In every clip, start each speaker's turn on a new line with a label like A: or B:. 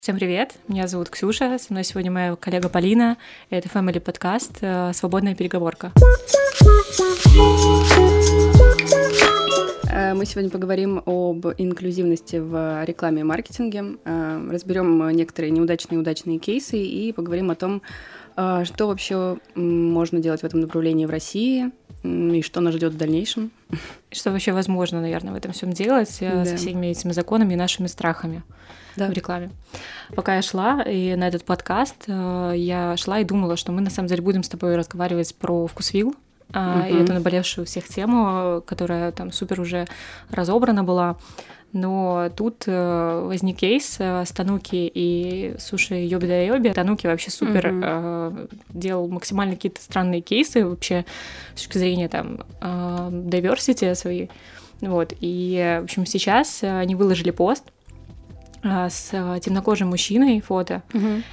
A: Всем привет, меня зовут Ксюша, со мной сегодня моя коллега Полина, это Family подкаст «Свободная переговорка».
B: Мы сегодня поговорим об инклюзивности в рекламе и маркетинге, разберем некоторые неудачные и удачные кейсы и поговорим о том, что вообще можно делать в этом направлении в России и что нас ждет в дальнейшем.
A: Что вообще возможно, наверное, в этом всем делать со всеми этими законами и нашими страхами в рекламе. Пока я шла и на этот подкаст, я шла и думала, что мы на самом деле будем с тобой разговаривать про вкусвилл, и эту наболевшую всех тему, которая там супер уже разобрана была. Но тут возник кейс с Тануки и Суши Йоби-да-Йоби. Тануки вообще супер делал максимально какие-то странные кейсы вообще с точки зрения там diversity своей. Вот. И, в общем, сейчас они выложили пост с темнокожим мужчиной, фото,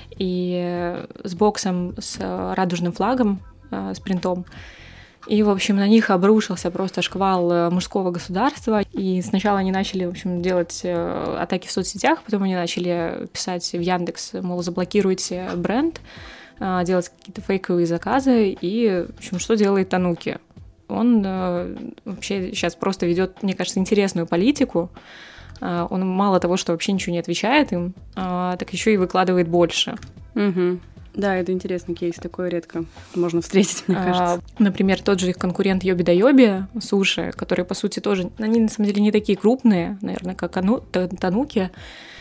A: и с боксом с радужным флагом, с принтом. И, в общем, на них обрушился просто шквал мужского государства. И сначала они начали, в общем, делать атаки в соцсетях, потом они начали писать в Яндекс, мол, заблокируйте бренд, делать какие-то фейковые заказы. И, в общем, что делает Тануки? Он вообще сейчас просто ведет, мне кажется, интересную политику. Он мало того, что вообще ничего не отвечает им, так еще и выкладывает больше.
B: Да, это интересный кейс, такое редко можно встретить, мне кажется.
A: Например, тот же их конкурент Йоби-да-Йоби, Суши, которые, по сути, тоже, они на самом деле не такие крупные, наверное, как Тануки.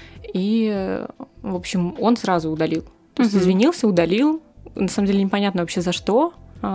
A: И, в общем, он сразу удалил. То есть извинился, удалил. На самом деле непонятно вообще за что.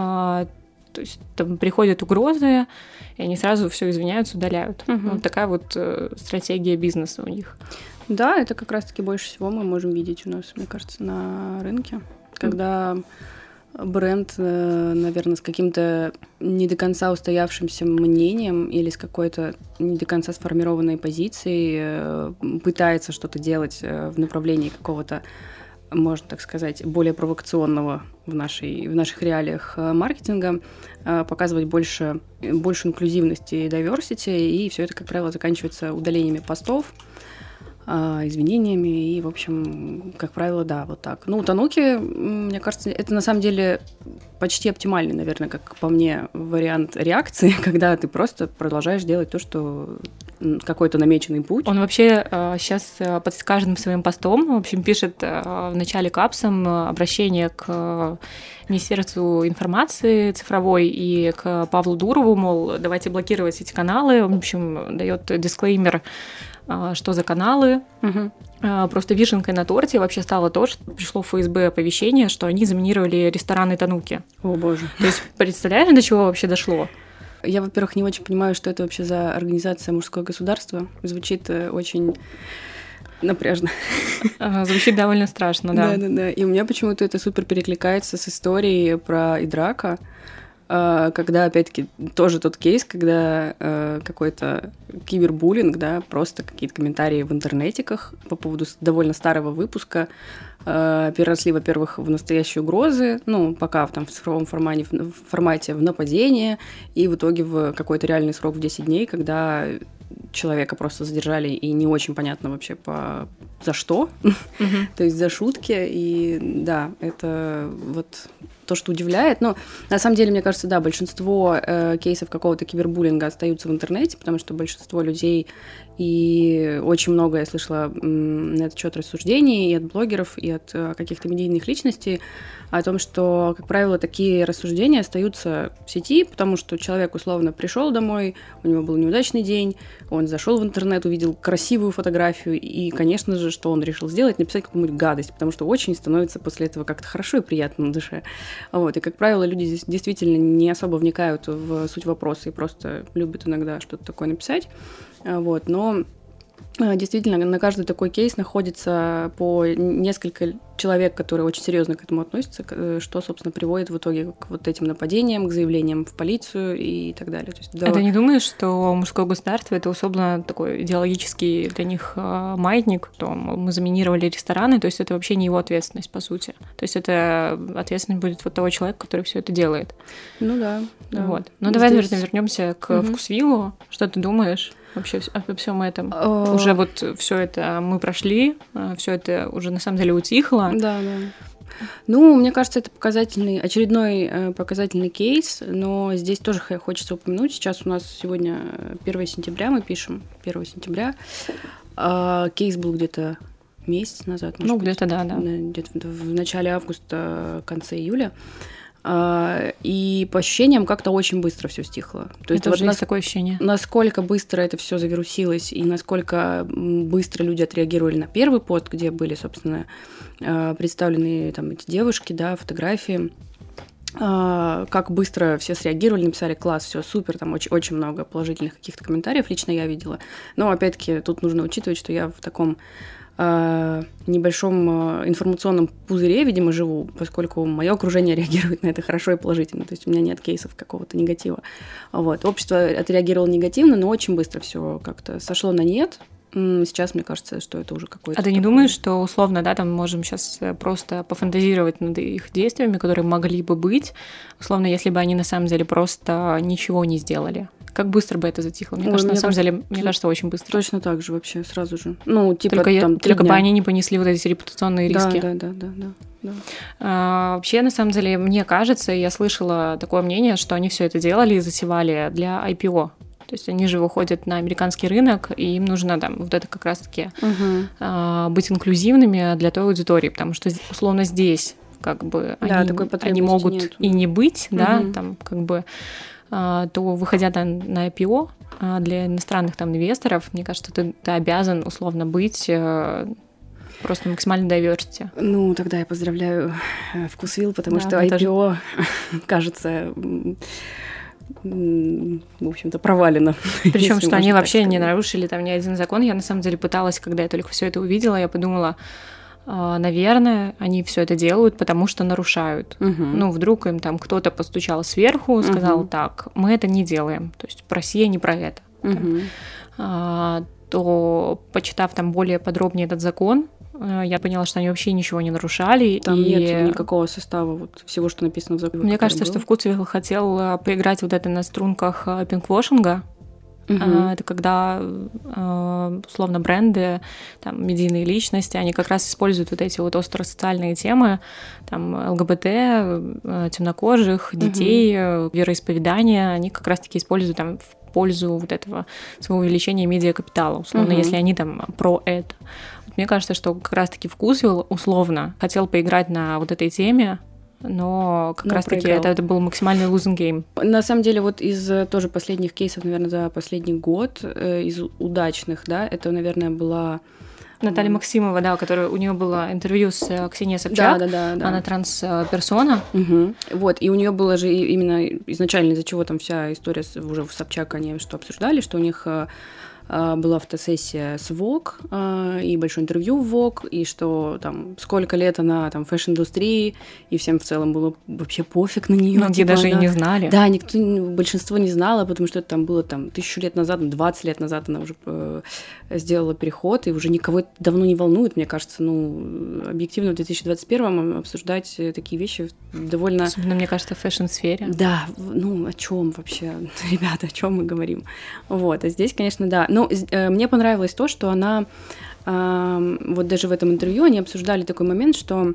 A: То есть там приходят угрозы, и они сразу все извиняются, удаляют. Вот такая вот стратегия бизнеса у них.
B: Да, это как раз-таки больше всего мы можем видеть у нас, мне кажется, на рынке, когда бренд, наверное, с каким-то не до конца устоявшимся мнением или с какой-то не до конца сформированной позицией пытается что-то делать в направлении какого-то, можно так сказать, более провокационного в наших реалиях маркетинга, показывать больше инклюзивности и diversity, и все это, как правило, заканчивается удалениями постов, извинениями и, в общем, как правило, да, вот так. Ну, у Тануки, мне кажется, это на самом деле почти оптимальный, наверное, как по мне, вариант реакции, когда ты просто продолжаешь делать то, что какой-то намеченный путь.
A: Он вообще сейчас под каждым своим постом, в общем, пишет в начале капсом обращение к Министерству информации цифровой и к Павлу Дурову, мол, давайте блокировать эти каналы, в общем, дает дисклеймер, что за каналы. Просто вишенкой на торте вообще стало то, что пришло в ФСБ оповещение, что они заминировали рестораны Тануки.
B: О, боже.
A: То есть, представляешь, до чего вообще дошло?
B: Я, во-первых, не очень понимаю, что это вообще за организация «Мужское государство». Звучит очень напряжно.
A: Звучит довольно страшно, да.
B: Да. И у меня почему-то это супер перекликается с историей про Идрака, когда, опять-таки, тоже тот кейс, когда какой-то кибербуллинг, да, просто какие-то комментарии в интернетиках по поводу довольно старого выпуска переросли, во-первых, в настоящие угрозы, ну, пока там в цифровом формате в нападение, и в итоге в какой-то реальный срок в 10 дней, когда человека просто задержали, и не очень понятно вообще за что, то есть за шутки, и да, это вот то, что удивляет, но на самом деле, мне кажется, да, большинство кейсов какого-то кибербуллинга остаются в интернете, потому что большинство людей, и очень много я слышала на этот счет рассуждений и от блогеров, и от каких-то медийных личностей о том, что, как правило, такие рассуждения остаются в сети, потому что человек условно пришел домой, у него был неудачный день, он зашел в интернет, увидел красивую фотографию, и, конечно же, что он решил сделать? Написать какую-нибудь гадость, потому что очень становится после этого как-то хорошо и приятно на душе. Вот. И, как правило, люди здесь действительно не особо вникают в суть вопроса и просто любят иногда что-то такое написать. Вот. Но действительно, на каждый такой кейс находится по несколько человек, которые очень серьезно к этому относятся, что, собственно, приводит в итоге к вот этим нападениям, к заявлениям в полицию и так далее. То есть,
A: А ты не думаешь, что мужское государство — это условно такой идеологический для них маятник, что мы заминировали рестораны, то есть это вообще не его ответственность, по сути. То есть это ответственность будет вот того человека, который все это делает.
B: Ну да.
A: Вот. Ну давай, наверное, вернемся к вкусвиллу. Что ты думаешь? вообще обо всем этом? Уже вот все это мы прошли, все это уже на самом деле утихло.
B: Да. Ну, мне кажется, это очередной показательный кейс, но здесь тоже хочется упомянуть. Сейчас у нас сегодня 1 сентября, мы пишем 1 сентября. Кейс был где-то месяц назад.
A: Ну, где-то, да.
B: Где-то в начале августа, конце июля. И по ощущениям как-то очень быстро все стихло.
A: То есть есть такое ощущение.
B: Насколько быстро это все завирусилось, и насколько быстро люди отреагировали на первый пост, где были, собственно, представлены там эти девушки, да, фотографии. Как быстро все среагировали, написали: класс, все супер, там очень много положительных каких-то комментариев лично я видела. Но опять-таки тут нужно учитывать, что я в таком небольшом информационном пузыре, видимо, живу, поскольку мое окружение реагирует на это хорошо и положительно. То есть у меня нет кейсов какого-то негатива. Вот. Общество отреагировало негативно, но очень быстро все как-то сошло на нет. Сейчас мне кажется, что это уже какой-то...
A: А ты не думаешь, что условно, да, там можем сейчас просто пофантазировать над их действиями, которые могли бы быть, условно, если бы они на самом деле просто ничего не сделали? Как быстро бы это затихло? Мне кажется, на самом деле, мне кажется, очень быстро.
B: Точно так же вообще, сразу же. Ну, типа
A: только бы они не понесли вот эти репутационные риски.
B: Да.
A: Вообще, на самом деле, мне кажется, я слышала такое мнение, что они все это делали и затевали для IPO. То есть они же выходят на американский рынок, и им нужно там вот это как раз-таки быть инклюзивными для той аудитории, потому что, условно, здесь как бы они могут нет. И не быть, да, там как бы... то, выходя на IPO, для иностранных там инвесторов, мне кажется, ты обязан условно быть просто максимально diversity.
B: Ну, тогда я поздравляю Вкусвилл, потому что IPO, кажется, в общем-то, провалено.
A: Причем, что они вообще не нарушили там ни один закон. Я на самом деле пыталась, когда я только все это увидела, я подумала, наверное, они все это делают, потому что нарушают. Ну, вдруг им там кто-то постучал сверху, сказал: так, мы это не делаем. То есть Россия не про это. То, почитав там более подробнее этот закон, я поняла, что они вообще ничего не нарушали.
B: Там нет никакого состава вот всего, что написано в законе.
A: Мне кажется, что Вкусвилл хотел поиграть вот это на струнках пинквошинга. Это когда, условно, бренды, там, медийные личности, они как раз используют вот эти вот остросоциальные темы, там, ЛГБТ, темнокожих, детей, вероисповедания, они как раз-таки используют там в пользу вот этого своего увеличения медиакапитала, условно, если они там про это. Мне кажется, что как раз-таки Вкусвилл, условно, хотел поиграть на вот этой теме, но как раз-таки это был максимальный losing game.
B: На самом деле, вот из тоже последних кейсов, наверное, за последний год, из удачных, да, это, наверное, была...
A: Наталья Максимова, да, у нее было интервью с Ксенией Собчак,
B: да.
A: Она трансперсона.
B: Вот, и у нее было же именно изначально, из-за чего там вся история уже в Собчак они что обсуждали, что у них... была фотосессия с Vogue и большое интервью в Vogue, и что там сколько лет она там в фэшн-индустрии, и всем в целом было вообще пофиг на нее.
A: Многие даже и не знали.
B: Да, большинство не знало, потому что это там было там 1000 лет назад, 20 лет назад она уже сделала переход, и уже никого это давно не волнует, мне кажется. Ну, объективно в 2021-м обсуждать такие вещи довольно...
A: Особенно, мне кажется, в фэшн-сфере.
B: Да, ну о чем вообще, ребята, о чем мы говорим? Вот, а здесь, конечно, да. Но мне понравилось то, что она, вот даже в этом интервью они обсуждали такой момент, что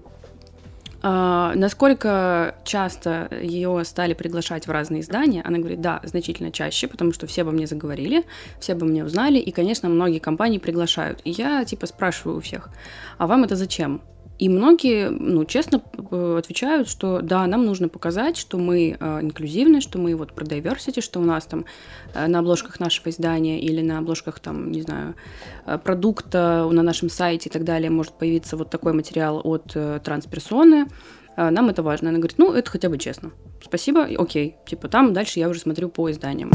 B: насколько часто ее стали приглашать в разные издания. Она говорит: да, значительно чаще, потому что все обо мне заговорили, все обо мне узнали, и, конечно, многие компании приглашают. И я, спрашиваю у всех: а вам это зачем? И многие, честно отвечают, что да, нам нужно показать, что мы инклюзивны, что мы вот про diversity, что у нас там на обложках нашего издания или на обложках там, не знаю, продукта на нашем сайте и так далее может появиться вот такой материал от трансперсоны. Нам это важно. Она говорит: это хотя бы честно. Спасибо, окей. Там дальше я уже смотрю по изданиям.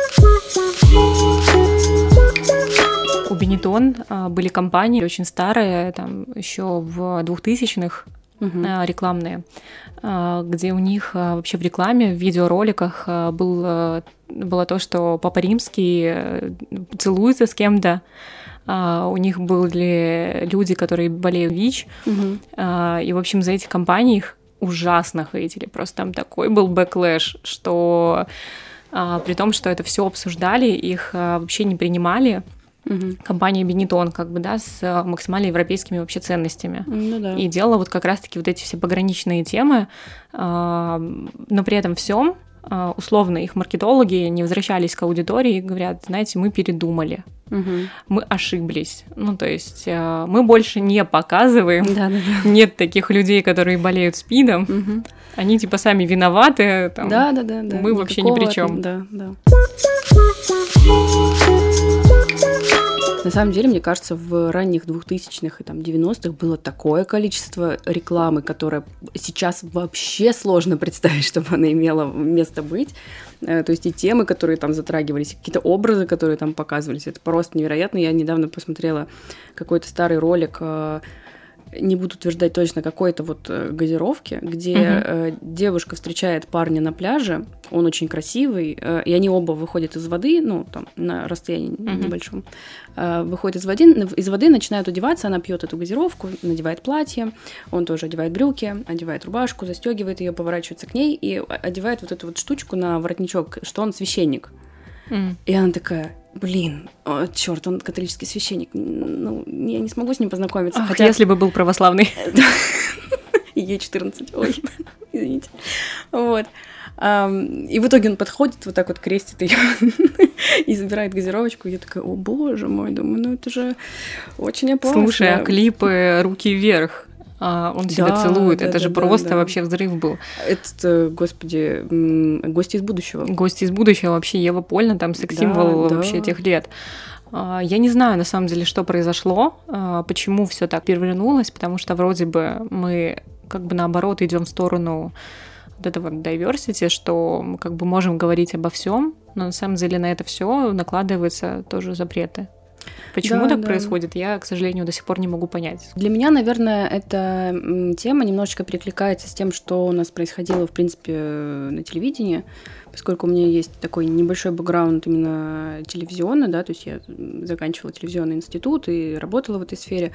A: У Benetton были компании очень старые, там еще в 2000-х, рекламные, где у них вообще в рекламе, в видеороликах было то, что Папа Римский целуется с кем-то. У них были люди, которые болеют ВИЧ, и, в общем, за эти компании их ужасно хейтили. Просто там такой был бэклэш, что... при том, что это все обсуждали, их вообще не принимали. Компания Benetton, как бы, да, с максимально европейскими вообще ценностями.
B: Ну, да.
A: И делала вот как раз-таки вот эти все пограничные темы, но при этом всем условно их маркетологи не возвращались к аудитории и говорят, знаете, мы передумали, мы ошиблись. Ну, то есть мы больше не показываем, нет таких людей, которые болеют СПИДом, они типа сами виноваты, там, мы вообще ни при чем.
B: Да. На самом деле, мне кажется, в ранних 2000-х и там 90-х было такое количество рекламы, которое сейчас вообще сложно представить, чтобы она имела место быть. То есть и темы, которые там затрагивались, какие-то образы, которые там показывались, это просто невероятно. Я недавно посмотрела какой-то старый ролик, не буду утверждать точно, какой-то вот газировки, где девушка встречает парня на пляже, он очень красивый, и они оба выходят из воды, ну, там, на расстоянии небольшом, выходят из воды, начинают одеваться, она пьет эту газировку, надевает платье, он тоже одевает брюки, одевает рубашку, застегивает ее, поворачивается к ней и одевает вот эту вот штучку на воротничок, что он священник. И она такая... Блин, черт, он католический священник. Ну, я не смогу с ним познакомиться.
A: Хотя если бы был православный.
B: Ей 14, ой, извините. Вот. И в итоге он подходит, вот так вот крестит ее и забирает газировочку. И я такая, о боже мой, думаю, ну это же очень опасно.
A: Слушай, а клипы «Руки вверх», он себя целует, это же просто вообще взрыв был.
B: Это, господи, «Гости из будущего».
A: «Гости из будущего», вообще Ева Польна, там секс-символ вообще тех лет. Я не знаю, на самом деле, что произошло, почему все так перевернулось, потому что вроде бы мы как бы наоборот идем в сторону вот этого diversity, что мы как бы можем говорить обо всем, но на самом деле на это все накладываются тоже запреты. Почему так происходит, я, к сожалению, до сих пор не могу понять.
B: Для меня, наверное, эта тема немножечко перекликается с тем, что у нас происходило, в принципе, на телевидении, поскольку у меня есть такой небольшой бэкграунд именно телевизионный, да, то есть я заканчивала телевизионный институт и работала в этой сфере.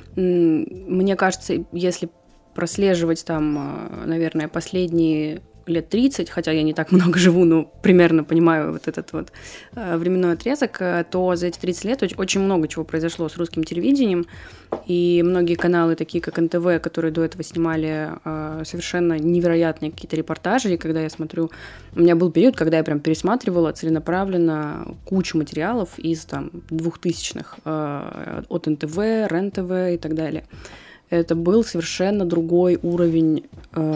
B: Мне кажется, если прослеживать там, наверное, последние лет 30, хотя я не так много живу, но примерно понимаю вот этот вот временной отрезок, то за эти 30 лет очень много чего произошло с русским телевидением, и многие каналы, такие как НТВ, которые до этого снимали совершенно невероятные какие-то репортажи, и когда я смотрю, у меня был период, когда я прям пересматривала целенаправленно кучу материалов из там 2000-х от НТВ, РЕН-ТВ и так далее. Это был совершенно другой уровень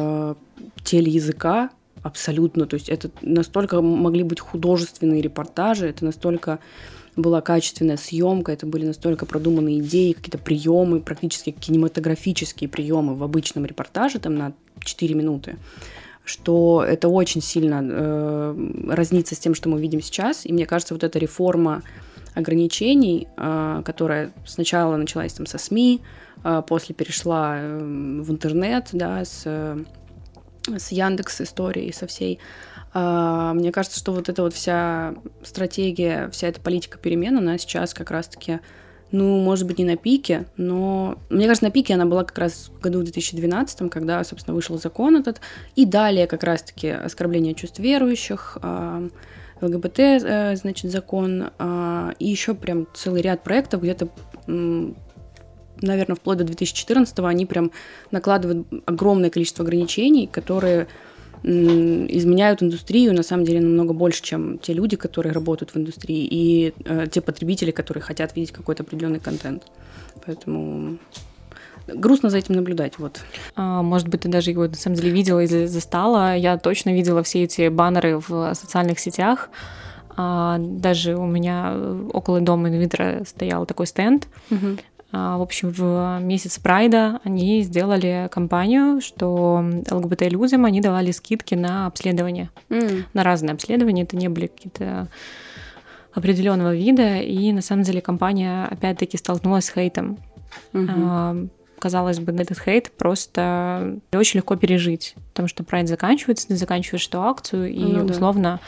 B: телеязыка, абсолютно. То есть это настолько могли быть художественные репортажи, это настолько была качественная съемка, это были настолько продуманные идеи, какие-то приемы, практически кинематографические приемы в обычном репортаже там на 4 минуты, что это очень сильно разнится с тем, что мы видим сейчас. И мне кажется, вот эта реформа ограничений, которая сначала началась там со СМИ, после перешла в интернет, да, с Яндекс историей, со всей. Мне кажется, что вот эта вот вся стратегия, вся эта политика перемен, она сейчас как раз-таки, ну, может быть, не на пике, но, мне кажется, на пике она была как раз в году 2012, когда, собственно, вышел закон этот, и далее как раз-таки оскорбление чувств верующих, ЛГБТ, значит, закон, и еще прям целый ряд проектов, где-то, наверное, вплоть до 2014-го они прям накладывают огромное количество ограничений, которые изменяют индустрию, на самом деле, намного больше, чем те люди, которые работают в индустрии, и те потребители, которые хотят видеть какой-то определенный контент. Поэтому грустно за этим наблюдать, вот.
A: Может быть, ты даже его, на самом деле, видела или застала. Я точно видела все эти баннеры в социальных сетях. Даже у меня около дома инвитро стоял такой стенд. В общем, в месяц Прайда они сделали кампанию, что ЛГБТ-людям они давали скидки на обследование, на разные обследования. Это не были какие-то определенного вида. И на самом деле компания опять-таки столкнулась с хейтом. Казалось бы, этот хейт просто очень легко пережить, потому что Прайд заканчивается, ты заканчиваешь эту акцию, и условно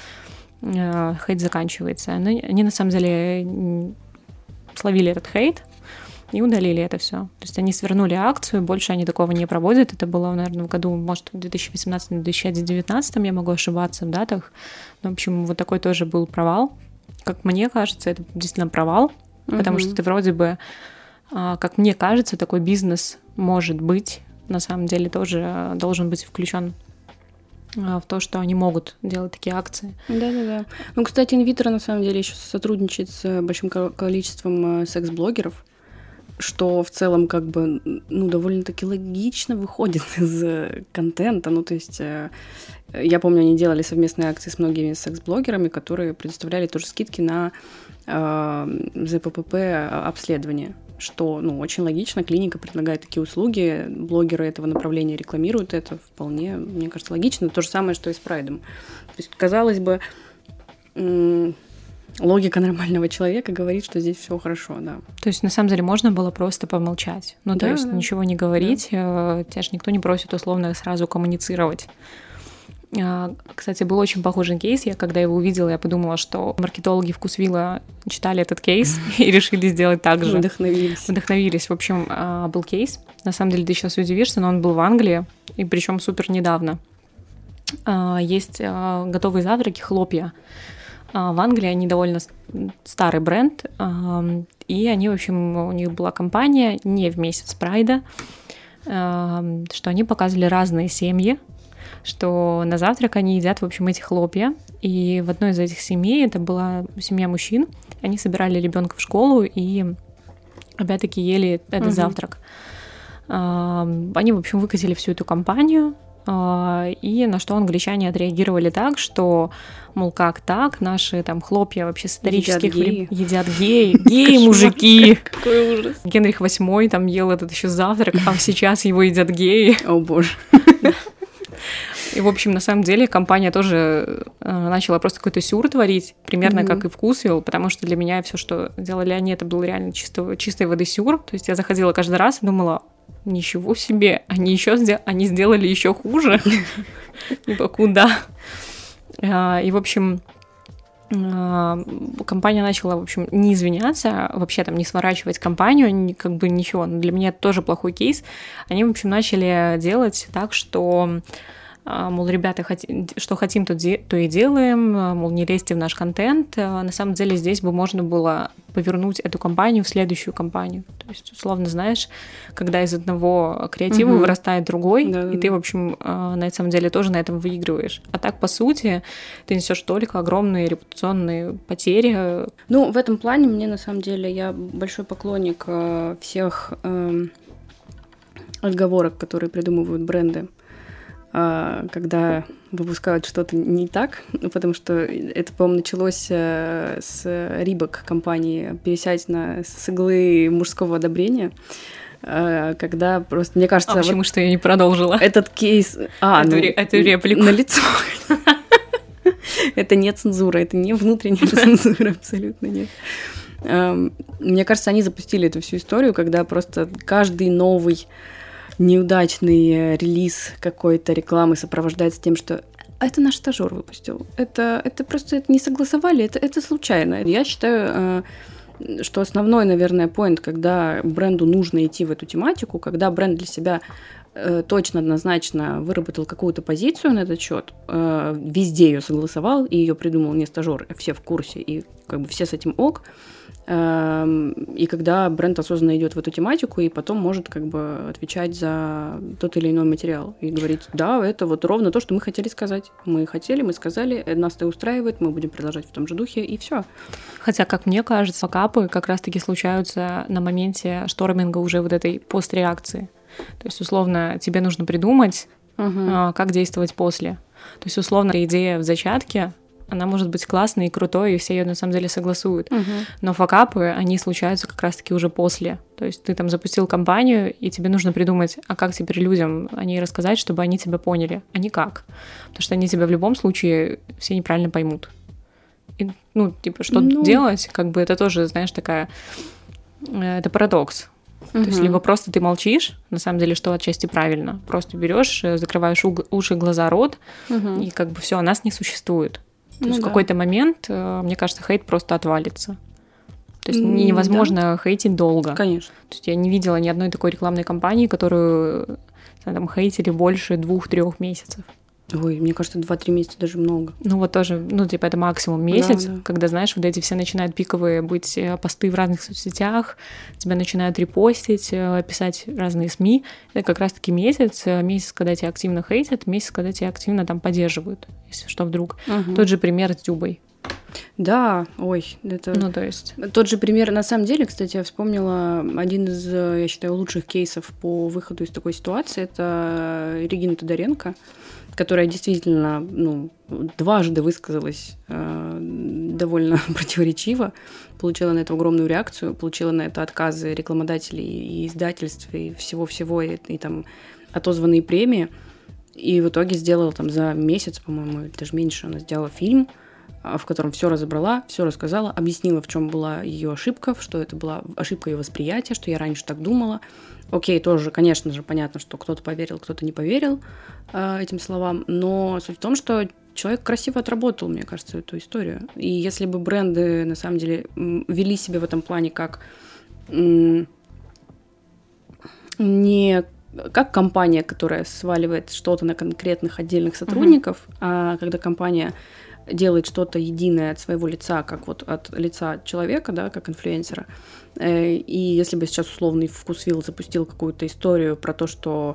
A: хейт заканчивается. Они на самом деле словили этот хейт, и удалили это все. То есть они свернули акцию, больше они такого не проводят. Это было, наверное, в году, может, в 2018-2019, я могу ошибаться в датах. Но, в общем, вот такой тоже был провал. Как мне кажется, это действительно провал, потому что ты вроде бы, как мне кажется, такой бизнес может быть, на самом деле тоже должен быть включен в то, что они могут делать такие акции.
B: Да. Ну, кстати, инвитро на самом деле еще сотрудничает с большим количеством секс-блогеров, что в целом как бы, ну, довольно-таки логично выходит из контента. Ну, то есть я помню, они делали совместные акции с многими секс-блогерами, которые предоставляли тоже скидки на ЗППП обследование, что, ну, очень логично, клиника предлагает такие услуги, блогеры этого направления рекламируют это, вполне, мне кажется, логично. То же самое, что и с Прайдом. То есть, казалось бы, логика нормального человека говорит, что здесь все хорошо, да.
A: То есть, на самом деле, можно было просто помолчать. Ну, то есть, ничего не говорить, тебя же никто не просит условно сразу коммуницировать. Кстати, был очень похожий кейс. Я когда его увидела, я подумала, что маркетологи Вкусвилла читали этот кейс и решили сделать так же. Вдохновились. В общем, был кейс. На самом деле, ты сейчас удивишься, но он был в Англии, и причем супер недавно. Есть готовые завтраки, хлопья. В Англии они довольно старый бренд, и они, в общем, у них была кампания не в месяц Прайда, что они показывали разные семьи, что на завтрак они едят, в общем, эти хлопья. И в одной из этих семей, это была семья мужчин, они собирали ребенка в школу и опять-таки ели этот завтрак. Они, в общем, выкатили всю эту кампанию, и на что англичане отреагировали так, что, мол, как так, наши там хлопья вообще с исторических времен едят геи, мужики.
B: Какой ужас.
A: Генрих VIII там ел этот еще завтрак, а сейчас его едят геи.
B: О боже.
A: И, в общем, на самом деле компания тоже начала просто какой-то сюр творить, примерно как и Вкусвилл, потому что для меня все, что делали они, это был реально чистой воды сюр. То есть я заходила каждый раз и думала, ничего себе, они сделали еще хуже. Типа, куда? И, в общем, компания начала, в общем, не извиняться, вообще там не сворачивать компанию, как бы ничего. Но для меня это тоже плохой кейс. Они, в общем, начали делать так, что, мол, ребята, что хотим, то и делаем, мол, не лезьте в наш контент. На самом деле здесь бы можно было повернуть эту компанию в следующую компанию. То есть, условно, знаешь, когда из одного креатива вырастает другой, и ты, в общем, на самом деле тоже на этом выигрываешь. А так, по сути, ты несешь только огромные репутационные потери.
B: Ну, в этом плане мне, на самом деле, я большой поклонник всех отговорок, которые придумывают бренды, когда выпускают что-то не так, потому что это, по-моему, началось с Reebok компании «Пересядь с иглы мужского одобрения», когда просто, мне кажется...
A: почему вот что я не продолжила?
B: Этот кейс...
A: Эту реплику.
B: На лицо. Это не цензура, это не внутренняя цензура, абсолютно нет. Мне кажется, они запустили эту всю историю, когда просто каждый новый неудачный релиз какой-то рекламы сопровождается тем, что это наш стажёр выпустил. Это просто это не согласовали, это случайно. Я считаю, что основной, наверное, поинт, когда бренду нужно идти в эту тематику, когда бренд для себя точно, однозначно выработал какую-то позицию на этот счет, везде ее согласовал, и ее придумал не стажёр, а все в курсе, и как бы все с этим ок. И когда бренд осознанно идет в эту тематику и потом может как бы отвечать за тот или иной материал и говорить, да, это вот ровно то, что мы хотели сказать. Мы хотели, мы сказали, нас это устраивает, мы будем продолжать в том же духе, и все.
A: Хотя, как мне кажется, факапы как раз-таки случаются на моменте шторминга уже вот этой постреакции. То есть, условно, тебе нужно придумать, как действовать после. То есть, условно, идея в зачатке, она может быть классной и крутой, и все ее на самом деле согласуют. Но факапы, они случаются как раз-таки уже после. То есть ты там запустил кампанию, и тебе нужно придумать, а как теперь людям о ней рассказать, чтобы они тебя поняли, а не как. Потому что они тебя в любом случае все неправильно поймут. И, ну, типа, что делать, как бы это тоже, знаешь, такая... Это парадокс. То есть либо просто ты молчишь, на самом деле, что отчасти правильно. Просто берешь, закрываешь уши, глаза, рот, и как бы все, нас не существует. То есть в какой-то момент, мне кажется, хейт просто отвалится. То есть невозможно хейтить долго.
B: Конечно.
A: То есть я не видела ни одной такой рекламной кампании, которую там хейтили больше 2-3 месяцев.
B: Ой, мне кажется, 2-3 месяца даже много.
A: Ну вот тоже, ну типа это максимум месяц, когда, знаешь, вот эти все начинают пиковые быть посты в разных соцсетях, тебя начинают репостить, писать разные СМИ. Это как раз-таки месяц, когда тебя активно хейтят, месяц, когда тебя активно там поддерживают, если что вдруг. Тот же пример с Дюбой.
B: Да, ой, это...
A: Ну, то есть...
B: Тот же пример, на самом деле, кстати, я вспомнила один из, я считаю, лучших кейсов по выходу из такой ситуации, это Регина Тодоренко, которая действительно, дважды высказалась довольно противоречиво, получила на это огромную реакцию, получила на это отказы рекламодателей и издательств, и всего-всего, и там отозванные премии, и в итоге сделала там за месяц, по-моему, даже меньше, она сделала фильм, в котором все разобрала, все рассказала, объяснила, в чем была ее ошибка, что это была ошибка ее восприятия, что я раньше так думала. Окей, тоже, конечно же, понятно, что кто-то поверил, кто-то не поверил этим словам, но суть в том, что человек красиво отработал, мне кажется, эту историю. И если бы бренды, на самом деле, вели себя в этом плане как не как компания, которая сваливает что-то на конкретных отдельных сотрудников, а когда компания делает что-то единое от своего лица, как вот от лица человека, да, как инфлюенсера. И если бы сейчас условный Вкусвилл запустил какую-то историю про то, что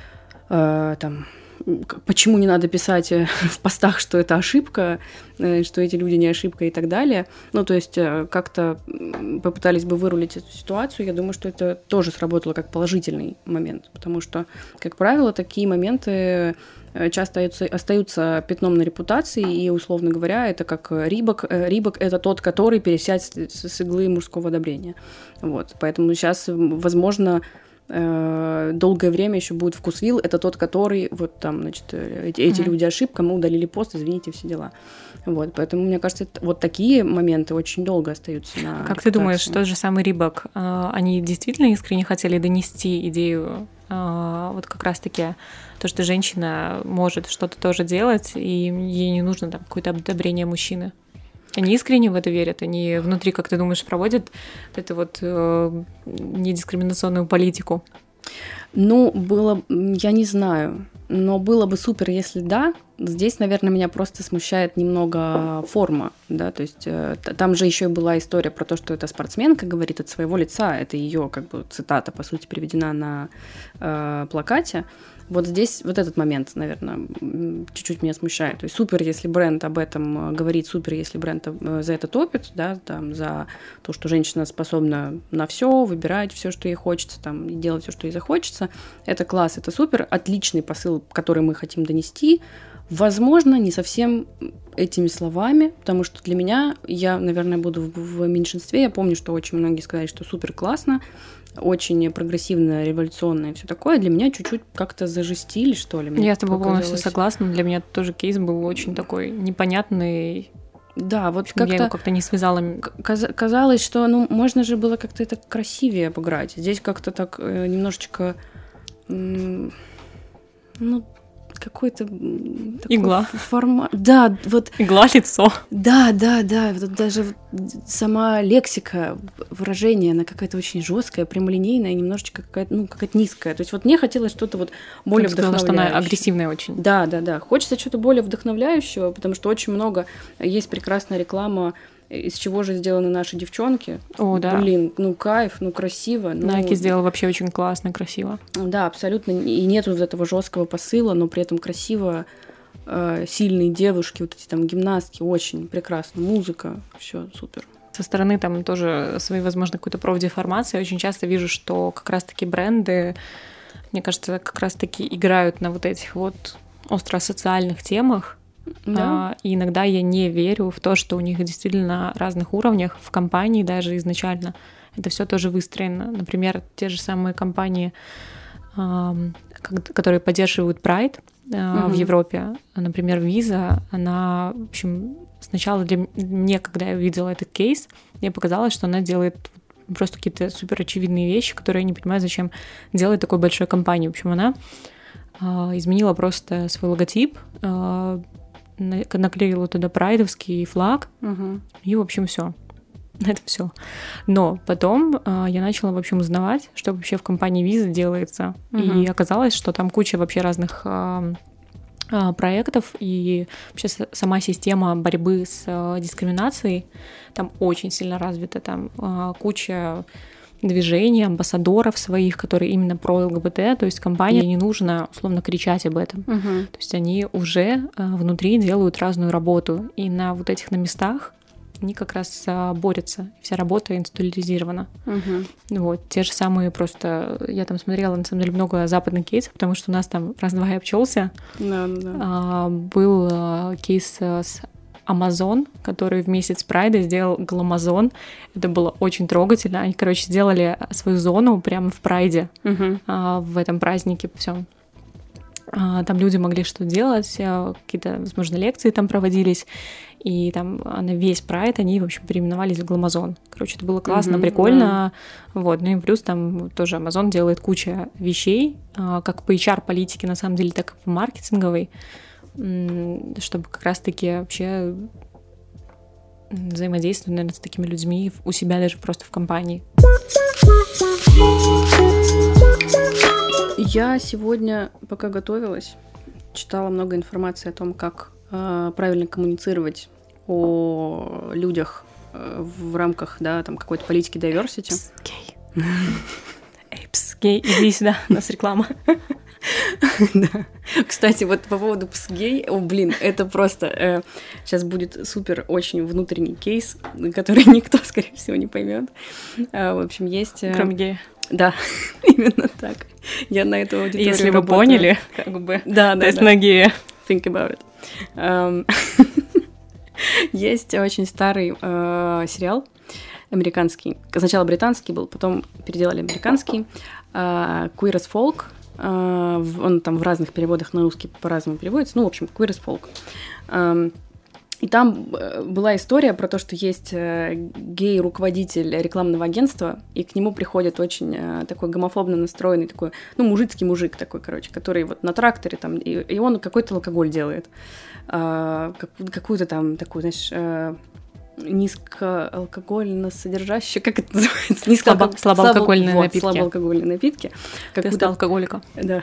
B: там почему не надо писать в постах, что это ошибка, что эти люди не ошибка и так далее. Ну, то есть как-то попытались бы вырулить эту ситуацию. Я думаю, что это тоже сработало как положительный момент, потому что, как правило, такие моменты часто остаются пятном на репутации, и, условно говоря, это как Рибок. Рибок – это тот, который пересядет с иглы мужского одобрения. Вот. Поэтому сейчас, возможно, долгое время еще будет Вкусвилл, это тот, который, вот там, значит, эти люди ошибка, мы удалили пост, извините, все дела. Вот, поэтому, мне кажется, вот такие моменты очень долго остаются на
A: Как ты думаешь, тот же самый Рибок, они действительно искренне хотели донести идею, вот как раз-таки то, что женщина может что-то тоже делать, и ей не нужно там какое-то одобрение мужчины? Они искренне в это верят? Они внутри, как ты думаешь, проводят эту вот недискриминационную политику?
B: Ну, я не знаю, но было бы супер, если да. Здесь, наверное, меня просто смущает немного форма, да, то есть там же еще и была история про то, что эта спортсменка говорит от своего лица, это ее как бы цитата, по сути, приведена на плакате. Вот здесь вот этот момент, наверное, чуть-чуть меня смущает. То есть супер, если бренд об этом говорит, супер, если бренд за это топит, да, там, за то, что женщина способна на все, выбирать все, что ей хочется, там, и делать все, что ей захочется. Это класс, это супер, отличный посыл, который мы хотим донести. Возможно, не совсем этими словами, потому что для меня, я, наверное, буду в меньшинстве. Я помню, что очень многие сказали, что супер классно, очень прогрессивно, революционно и все такое. Для меня чуть-чуть как-то зажестили, что ли.
A: Я с тобой полностью согласна. Для меня тоже кейс был очень такой непонятный.
B: Да, вот
A: как-то... Я его как-то не связала.
B: Казалось, что можно же было как-то это красивее обыграть. Здесь как-то так немножечко... какой-то
A: игла
B: формат. Да, вот
A: игла лицо.
B: Да. Вот даже сама лексика, выражение, она какая-то очень жесткая, прямолинейная, немножечко какая-то, какая-то низкая. То есть вот мне хотелось что-то вот более вдохновляющее.
A: Что она агрессивная очень.
B: Да. Хочется что-то более вдохновляющего, потому что очень много есть прекрасная реклама. Из чего же сделаны наши девчонки?
A: О, да.
B: Блин, кайф, красиво.
A: Nike сделал вообще очень классно, красиво.
B: Да, абсолютно. И нету вот этого жесткого посыла, но при этом красиво, сильные девушки, вот эти там гимнастки, очень прекрасно. Музыка, все супер.
A: Со стороны там тоже своей, возможно, какой-то профдеформации. Я очень часто вижу, что как раз-таки бренды, мне кажется, как раз-таки играют на вот этих вот остросоциальных темах.
B: Да.
A: И иногда я не верю в то, что у них действительно на разных уровнях, в компании даже изначально, это все тоже выстроено. Например, те же самые компании, которые поддерживают Pride в Европе, например, Visa, она, в общем, сначала для меня, когда я увидела этот кейс, мне показалось, что она делает просто какие-то супер очевидные вещи, которые я не понимаю, зачем делать такой большой компании. В общем, она изменила просто свой логотип, наклеила туда прайдовский флаг, и, в общем, все. на это все. Но потом я начала, в общем, узнавать, что вообще в компании Visa делается. И оказалось, что там куча вообще разных проектов, и вообще сама система борьбы с дискриминацией там очень сильно развита. Там куча движений, амбассадоров своих, которые именно про ЛГБТ, то есть компании не нужно условно кричать об этом. То есть они уже внутри делают разную работу, и на вот этих на местах они как раз борются. Вся работа институализирована. Вот. Те же самые просто... Я там смотрела, на самом деле, много западных кейсов, потому что у нас там раз-два и обчелся. Был кейс с Amazon, который в месяц Прайда сделал Гламазон. Это было очень трогательно. Они, короче, сделали свою зону прямо в Прайде, в этом празднике всем. Там люди могли что делать, какие-то, возможно, лекции там проводились, и там на весь Прайд они, в общем, переименовались в Гламазон. Короче, это было классно, прикольно. Вот. Ну и плюс там тоже Amazon делает кучу вещей, как по HR-политике, на самом деле, так и по маркетинговой, чтобы как раз-таки вообще взаимодействовать, наверное, с такими людьми у себя даже просто в компании.
B: Я сегодня, пока готовилась, читала много информации о том, как правильно коммуницировать о людях в рамках, да, там, какой-то политики diversity.
A: Гей. Эйпс, гей, иди сюда, у нас реклама.
B: Да. Кстати, вот по поводу пс-гей, это просто сейчас будет супер очень внутренний кейс, который никто, скорее всего, не поймет. В общем, есть...
A: Кроме гея.
B: Да, именно так. Я на эту аудиторию
A: Если вы поняли, как бы, тест на гея.
B: Think about it. Есть очень старый сериал американский. Сначала британский был, потом переделали американский. Queer as Folk. Он там в разных переводах на русский по-разному переводится. Ну, в общем, Queer as Folk. И там была история про то, что есть гей-руководитель рекламного агентства, и к нему приходит очень такой гомофобно настроенный такой, мужицкий мужик такой, короче, который вот на тракторе там, и он какой-то алкоголь делает. Какую-то там такую, знаешь... низкоалкогольно содержащие, как это называется?
A: Слабоалкогольные напитки.
B: Слабоалкогольные напитки.
A: Тест алкоголика.
B: Да.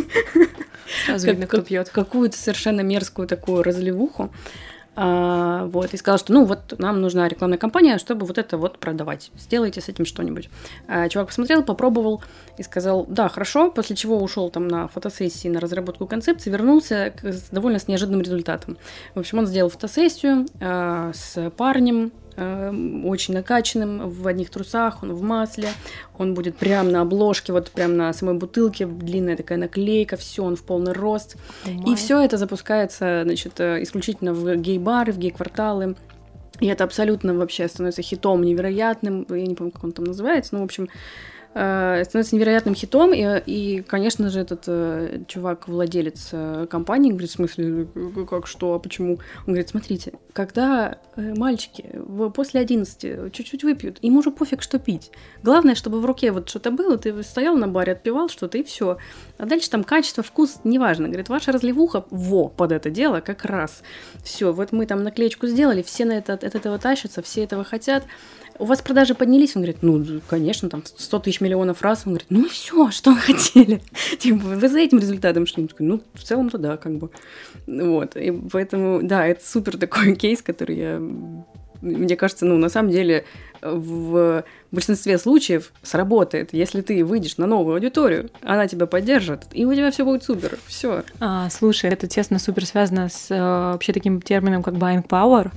A: Сразу видно, кто пьет.
B: Какую-то совершенно мерзкую такую разливуху. Вот, и сказал, что нам нужна рекламная кампания, чтобы вот это вот продавать. Сделайте с этим что-нибудь. Чувак посмотрел, попробовал и сказал, да, хорошо, после чего ушел там на фотосессии на разработку концепции, вернулся довольно с неожиданным результатом. В общем, он сделал фотосессию с парнем, очень накачанным, в одних трусах, он в масле, он будет прямо на обложке, вот прямо на самой бутылке, длинная такая наклейка, все, он в полный рост. И все это запускается, значит, исключительно в гей-бары, в гей-кварталы. И это абсолютно вообще становится хитом невероятным, я не помню, как он там называется, но, в общем, становится невероятным хитом, и конечно же, этот чувак, владелец компании, говорит, в смысле, как, что, а почему? Он говорит, смотрите, когда мальчики после 11 чуть-чуть выпьют, им уже пофиг, что пить. Главное, чтобы в руке вот что-то было, ты стоял на баре, отпивал что-то, и все. А дальше там качество, вкус, неважно. Говорит, ваша разливуха, под это дело как раз. Все, вот мы там наклеечку сделали, все от этого тащатся, все этого хотят. У вас продажи поднялись? Он говорит, конечно, там 100 тысяч миллионов раз. Он говорит, и все, что вы хотели? Типа, вы за этим результатом шли? Он такой, в целом-то да, как бы. Вот, и поэтому, да, это супер такой кейс, который мне кажется, на самом деле в большинстве случаев сработает. Если ты выйдешь на новую аудиторию, она тебя поддержит, и у тебя все будет супер, все.
A: Слушай, это тесно супер связано с вообще таким термином, как buying power.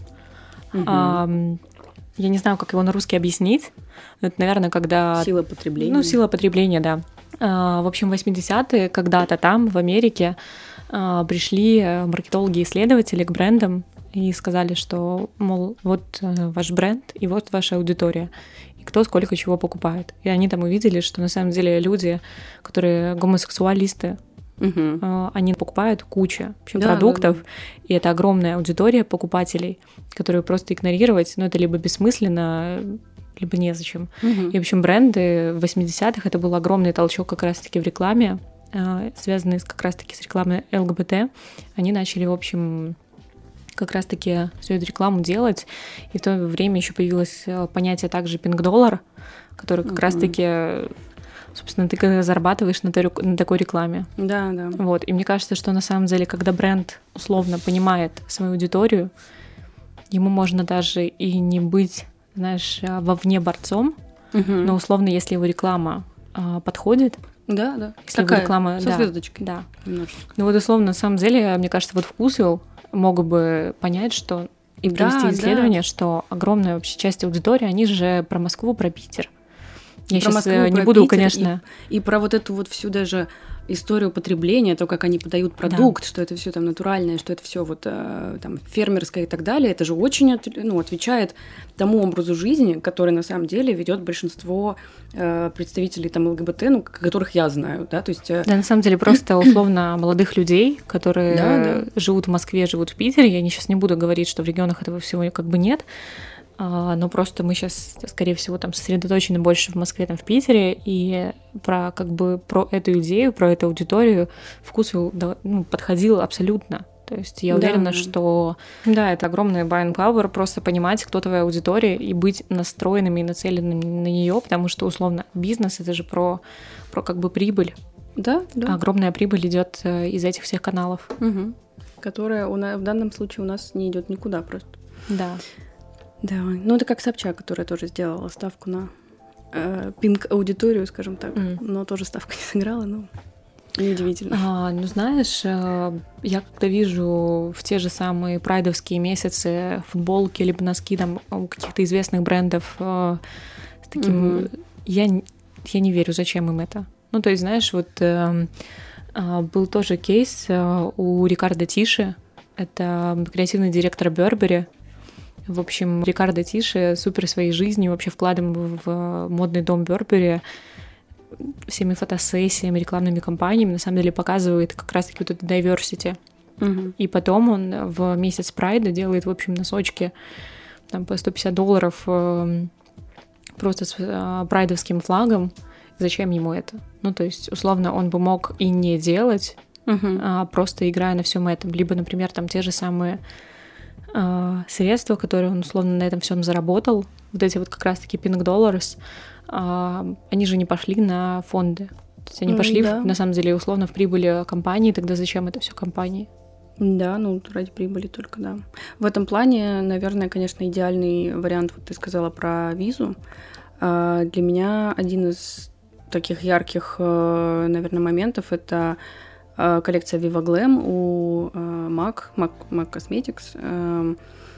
A: Я не знаю, как его на русский объяснить. Это, наверное, когда...
B: Сила потребления.
A: Сила потребления, да. В общем, в 80-е когда-то там, в Америке, пришли маркетологи-исследователи к брендам и сказали, что, мол, вот ваш бренд и вот ваша аудитория, и кто сколько чего покупает. И они там увидели, что на самом деле люди, которые гомосексуалисты, они покупают кучу вообще продуктов, и это огромная аудитория покупателей, которую просто игнорировать, это либо бессмысленно, либо незачем. И, в общем, бренды в 80-х, это был огромный толчок как раз-таки в рекламе, связанный как раз-таки с рекламой ЛГБТ. Они начали, в общем, как раз-таки всю эту рекламу делать. И в то время еще появилось понятие также пинг-доллар, который как раз-таки, собственно, ты зарабатываешь на такой рекламе.
B: Да, да.
A: Вот. И мне кажется, что на самом деле, когда бренд условно понимает свою аудиторию, ему можно даже и не быть, знаешь, вовне борцом, но условно, если его реклама подходит.
B: Да.
A: Если его реклама,
B: со звездочкой.
A: Да. Немножечко. Ну вот условно, на самом деле, мне кажется, вот Вкусвилл мог бы понять, что и провести исследование, что огромная вообще часть аудитории, они же про Москву, про Питер. Я сейчас не буду, конечно...
B: И про вот эту вот всю даже историю потребления, то, как они подают продукт, что это все там натуральное, что это все вот там фермерское и так далее, это же очень отвечает тому образу жизни, который на самом деле ведет большинство представителей там ЛГБТ, которых я знаю, да, то есть...
A: Да, на самом деле просто условно молодых людей, которые живут в Москве, живут в Питере, я сейчас не буду говорить, что в регионах этого всего как бы нет, но просто мы сейчас, скорее всего, там сосредоточены больше в Москве, там в Питере, и про эту идею, про эту аудиторию Вкусвилл подходил абсолютно. То есть я уверена, что это огромный buying power, просто понимать, кто твоя аудитория, и быть настроенными и нацеленными на нее, потому что, условно, бизнес — это же про как бы прибыль.
B: Да.
A: Огромная прибыль идет из этих всех каналов.
B: Которая в данном случае у нас не идет никуда просто.
A: Да.
B: Да, ну это как Собчак, которая тоже сделала ставку на пинг-аудиторию, скажем так, но тоже ставка не сыграла, но неудивительно.
A: Ну знаешь, я когда вижу в те же самые прайдовские месяцы футболки либо носки там у каких-то известных брендов с таким... Я не верю, зачем им это. Ну то есть, знаешь, вот был тоже кейс у Рикардо Тиши, это креативный директор Burberry. В общем, Рикардо Тиши супер своей жизнью вообще вкладываем в модный дом Burberry всеми фотосессиями, рекламными кампаниями, на самом деле показывает как раз-таки вот это diversity. И потом он в месяц Прайда делает, в общем, носочки там по $150 просто с прайдовским флагом. Зачем ему это? Ну, то есть, условно, он бы мог и не делать, просто играя на всем этом. Либо, например, там те же самые средства, которые он условно на этом всем заработал, вот эти вот как раз-таки pink dollars, они же не пошли на фонды. То есть они пошли, на самом деле, условно, в прибыли компании, тогда зачем это все компании?
B: Да, ради прибыли только, да. В этом плане, наверное, конечно, идеальный вариант, вот ты сказала про визу. Для меня один из таких ярких, наверное, моментов — это коллекция Viva Glam у MAC Cosmetics.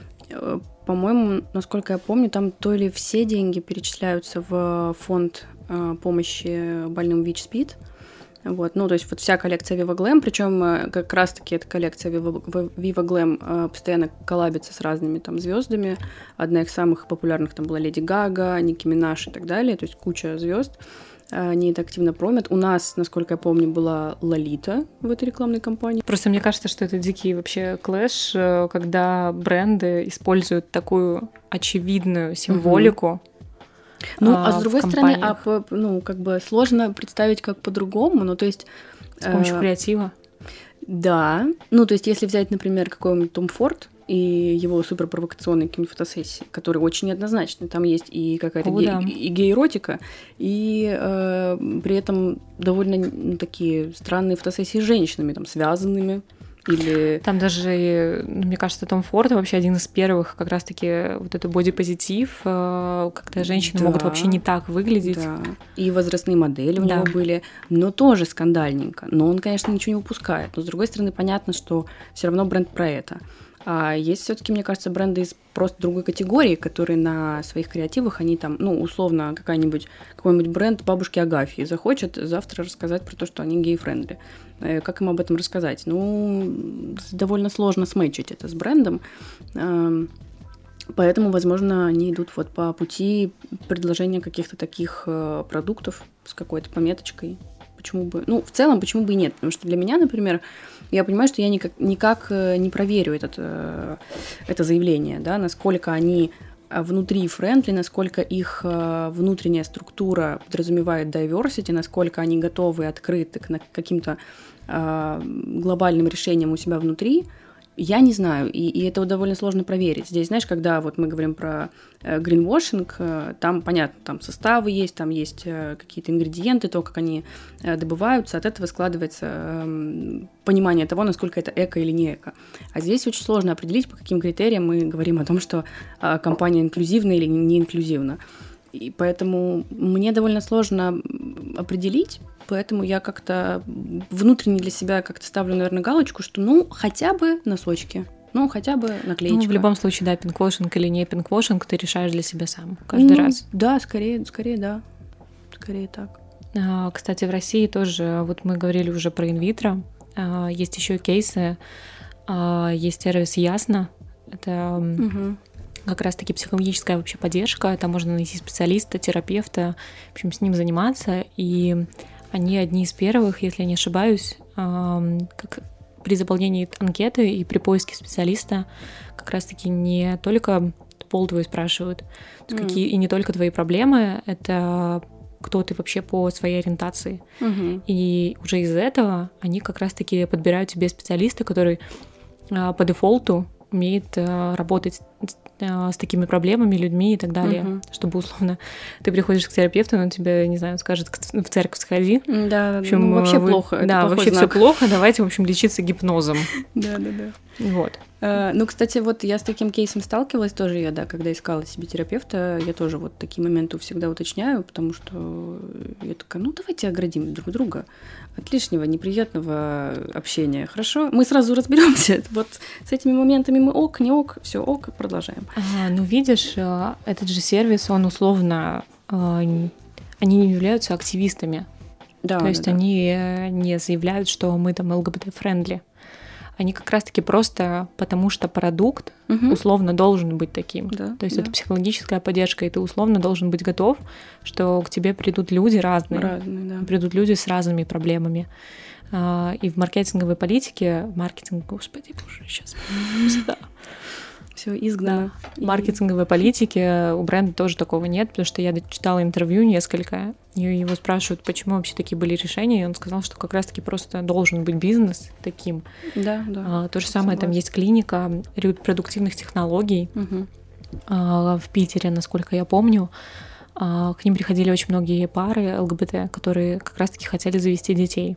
B: По-моему, насколько я помню, там то ли все деньги перечисляются в фонд помощи больным ВИЧ-СПИД. Вот, то есть вот вся коллекция Viva Glam, причем как раз-таки эта коллекция Viva Glam постоянно коллабится с разными там звездами. Одна из самых популярных там была Леди Гага, Ники Минаж и так далее, то есть куча звезд. Они это активно промят. У нас, насколько я помню, была Лолита в этой рекламной кампании.
A: Просто мне кажется, что это дикий вообще клэш, когда бренды используют такую очевидную символику.
B: А с другой стороны, как бы сложно представить, как по-другому. То есть
A: с помощью креатива.
B: Да. То есть, если взять, например, какой-нибудь Том Форд и его суперпровокационные какие-нибудь фотосессии, которые очень неоднозначны. Там есть и какая-то и гей-эротика, и при этом довольно такие странные фотосессии с женщинами, там, связанными. Или...
A: Там даже, мне кажется, Том Форд вообще один из первых как раз-таки вот это бодипозитив, когда женщины могут вообще не так выглядеть.
B: Да. И возрастные модели у него были, но тоже скандальненько. Но он, конечно, ничего не упускает. Но, с другой стороны, понятно, что все равно бренд про это. А есть все-таки, мне кажется, бренды из просто другой категории, которые на своих креативах, они там, условно, какой-нибудь бренд бабушки Агафьи захочет завтра рассказать про то, что они гей-френдли. Как им об этом рассказать? Довольно сложно сметчить это с брендом. Поэтому, возможно, они идут вот по пути предложения каких-то таких продуктов с какой-то пометочкой. Почему бы? В целом, почему бы и нет? Потому что для меня, например, я понимаю, что я никак не проверю это заявление, да, насколько они внутри френдли, насколько их внутренняя структура подразумевает diversity, насколько они готовы и открыты к каким-то глобальным решениям у себя внутри, Я не знаю, и это довольно сложно проверить. Здесь, знаешь, когда вот мы говорим про гринвошинг, там, понятно, там составы есть, там есть какие-то ингредиенты, то, как они добываются, от этого складывается понимание того, насколько это эко или не эко. А здесь очень сложно определить, по каким критериям мы говорим о том, что компания инклюзивна или не инклюзивна. И поэтому мне довольно сложно определить, поэтому я как-то внутренне для себя как-то ставлю, наверное, галочку, что ну хотя бы носочки, ну хотя бы наклеечка.
A: Ну, в любом случае, да, пинквошинг или не пинквошинг ты решаешь для себя сам каждый раз.
B: Да, скорее, да. Скорее так.
A: Кстати, в России тоже, вот мы говорили уже про инвитро, есть еще кейсы, есть сервис Ясно, это... как раз-таки психологическая вообще поддержка. Там можно найти специалиста, терапевта, в общем, с ним заниматься. И они одни из первых, если я не ошибаюсь, как при заполнении анкеты и при поиске специалиста как раз-таки не только пол твой спрашивают, какие, и не только твои проблемы, это кто ты вообще по своей ориентации. И уже из этого они как раз-таки подбирают тебе специалиста, который по дефолту умеет работать с такими проблемами, людьми и так далее, чтобы, условно, ты приходишь к терапевту, он тебе, не знаю, скажет, в церковь сходи.
B: Да,
A: в общем,
B: ну, вообще плохо.
A: Да, вообще все плохо, давайте, в общем, лечиться гипнозом.
B: Да.
A: Вот.
B: Ну, кстати, вот я с таким кейсом сталкивалась тоже, когда искала себе терапевта, я тоже вот такие моменты всегда уточняю, потому что я такая, ну, давайте оградим друг друга от лишнего неприятного общения, хорошо? Мы сразу разберемся. Вот с этими моментами мы ок, не ок, все ок, продолжаем.
A: Ну, видишь, этот же сервис, он условно, они не являются активистами.
B: Да,
A: то есть они не заявляют, что мы там ЛГБТ-френдли. Они как раз-таки просто потому, что продукт условно должен быть таким.
B: Да,
A: то есть это психологическая поддержка, и ты условно должен быть готов, что к тебе придут люди разные, придут люди с разными проблемами. И в маркетинговой политике, господи, боже, сейчас
B: все изгнано.
A: В маркетинговой политике у бренда тоже такого нет, потому что я читала интервью несколько, и его спрашивают, почему вообще такие были решения, и он сказал, что как раз-таки просто должен быть бизнес таким.
B: Да.
A: То же самое, там есть клиника репродуктивных технологий в Питере, насколько я помню. К ним приходили очень многие пары ЛГБТ, которые как раз-таки хотели завести детей.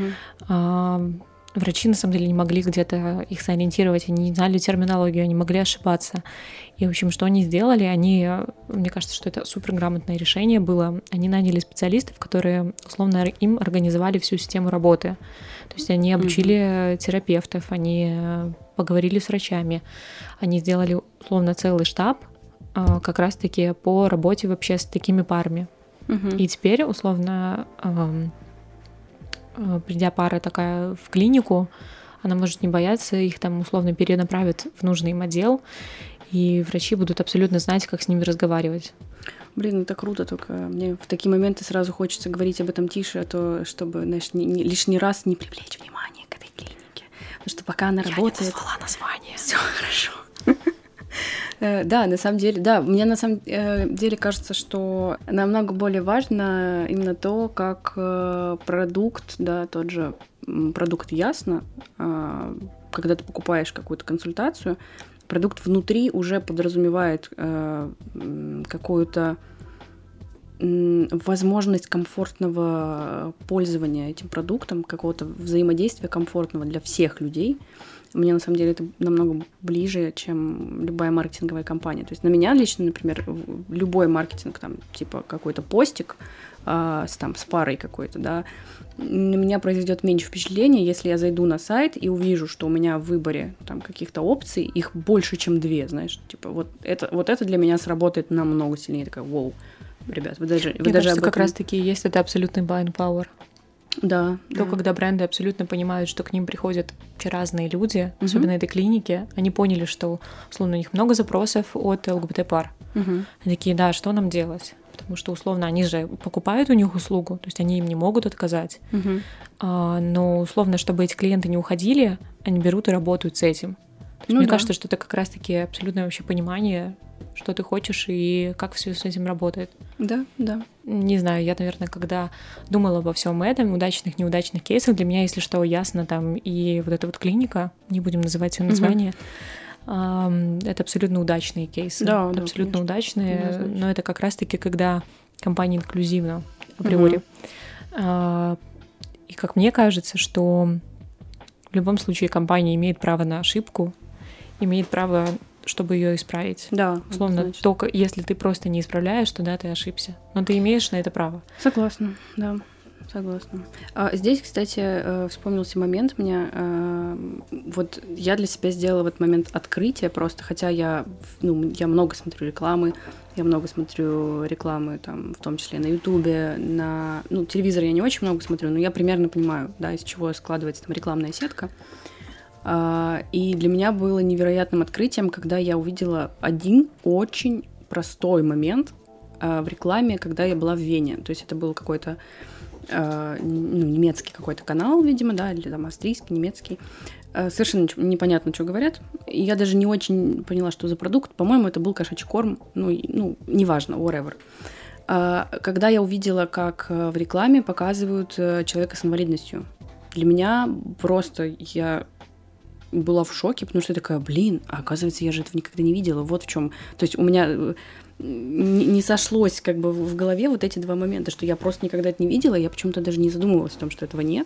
A: Врачи, на самом деле, не могли где-то их сориентировать, они не знали терминологию, они могли ошибаться. И, в общем, что они сделали? Мне кажется, что это суперграмотное решение было. Они наняли специалистов, которые, условно, им организовали всю систему работы. То есть они обучили терапевтов, они поговорили с врачами, они сделали, условно, целый штаб как раз-таки по работе вообще с такими парами. И теперь, условно... придя пара такая в клинику, она может не бояться, их там условно перенаправят в нужный им отдел, и врачи будут абсолютно знать, как с ними разговаривать.
B: Блин, это круто, только мне в такие моменты сразу хочется говорить об этом тише, а то, чтобы, знаешь, лишний раз не привлечь внимание к этой клинике. Потому что пока она работает...
A: Я не назвала название.
B: Все хорошо. Да, на самом деле, да, мне на самом деле кажется, что намного более важно именно то, как продукт, да, тот же продукт Ясно, когда ты покупаешь какую-то консультацию, продукт внутри уже подразумевает какую-то возможность комфортного пользования этим продуктом, какого-то взаимодействия комфортного для всех людей. Мне, на самом деле, это намного ближе, чем любая маркетинговая компания. То есть на меня лично, например, любой маркетинг, там, типа какой-то постик с парой какой-то, да, на меня произведет меньше впечатления, если я зайду на сайт и увижу, что у меня в выборе там каких-то опций, их больше, чем 2, знаешь, типа вот это для меня сработает намного сильнее. Такая, вау, ребят, вы даже
A: Мне кажется, как раз-таки есть это абсолютный buying power.
B: Да.
A: Когда бренды абсолютно понимают, что к ним приходят разные люди, особенно этой клинике, они поняли, что, условно, у них много запросов от ЛГБТ-пар. Они такие, да, что нам делать? Потому что, условно, они же покупают у них услугу, то есть они им не могут отказать. Но, условно, чтобы эти клиенты не уходили, они берут и работают с этим. Мне кажется, что это как раз-таки абсолютное вообще понимание что ты хочешь и как все с этим работает.
B: Да.
A: Не знаю, я, наверное, когда думала обо всем этом, удачных, неудачных кейсах, для меня, если что, ясно там и вот эта вот клиника, не будем называть ее название, это абсолютно удачные кейсы.
B: Да,
A: абсолютно
B: конечно.
A: удачные, но это как раз-таки, когда компания инклюзивна априори. И как мне кажется, что в любом случае компания имеет право на ошибку, имеет право, чтобы ее исправить.
B: Да.
A: Условно, только если ты просто не исправляешь, то да, ты ошибся. Но ты имеешь на это право.
B: Согласна, да. Согласна. Здесь, кстати, вспомнился момент мне. Вот я для себя сделала в этот момент открытие просто, хотя я много смотрю рекламы, там, в том числе на Ютубе, телевизор я не очень много смотрю, но я примерно понимаю, да, из чего складывается там рекламная сетка. И для меня было невероятным открытием, когда я увидела один очень простой момент в рекламе, когда я была в Вене. То есть это был какой-то немецкий какой-то канал, видимо, да, или там австрийский, немецкий. Совершенно непонятно, что говорят. И я даже не очень поняла, что за продукт. По-моему, это был кошачий корм, неважно, whatever. Когда я увидела, как в рекламе показывают человека с инвалидностью, для меня просто я была в шоке, потому что я такая, оказывается, я же этого никогда не видела, вот в чем. То есть у меня не сошлось как бы в голове вот эти два момента, что я просто никогда это не видела, я почему-то даже не задумывалась о том, что этого нет.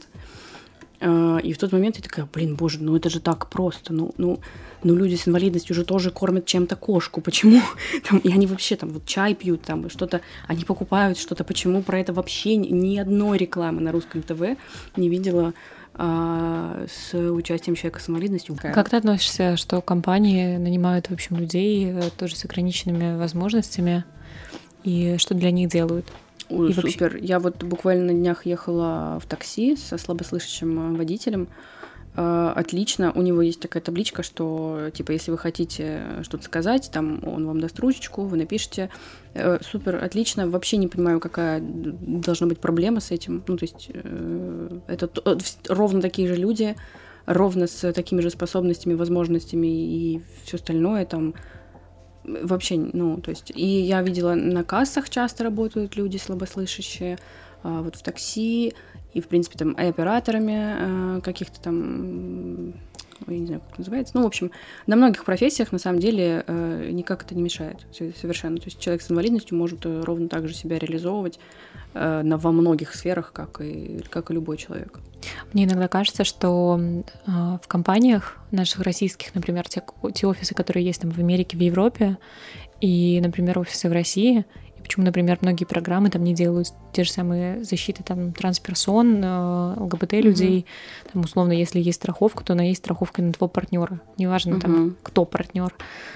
B: И в тот момент я такая, боже, это же так просто, люди с инвалидностью же тоже кормят чем-то кошку, почему? И они вообще там вот чай пьют, там что-то, они покупают что-то, почему про это вообще ни одной рекламы на русском ТВ не видела с участием человека с инвалидностью.
A: Как ты относишься, что компании нанимают, в общем, людей тоже с ограниченными возможностями, и что для них делают?
B: Ой, супер. Вообще... Я вот буквально на днях ехала в такси со слабослышащим водителем. Отлично. У него есть такая табличка, что, типа, если вы хотите что-то сказать, там он вам даст ручечку, вы напишите. Супер, отлично. Вообще не понимаю, какая должна быть проблема с этим. То есть это ровно такие же люди, ровно с такими же способностями, возможностями и все остальное там. Вообще, то есть... И я видела, на кассах часто работают люди слабослышащие, вот в такси, и, в принципе, там, и операторами каких-то там... Я не знаю, как это называется. В общем, на многих профессиях, на самом деле, никак это не мешает совершенно. То есть человек с инвалидностью может ровно так же себя реализовывать во многих сферах, как и любой человек.
A: Мне иногда кажется, что в компаниях наших российских, например, те офисы, которые есть там в Америке, в Европе, и, например, офисы в России, и почему, например, многие программы там не делают те же самые защиты там трансперсон, ЛГБТ-людей, там, условно, если есть страховка, то она есть страховка на твоего партнера, неважно там, кто партнер,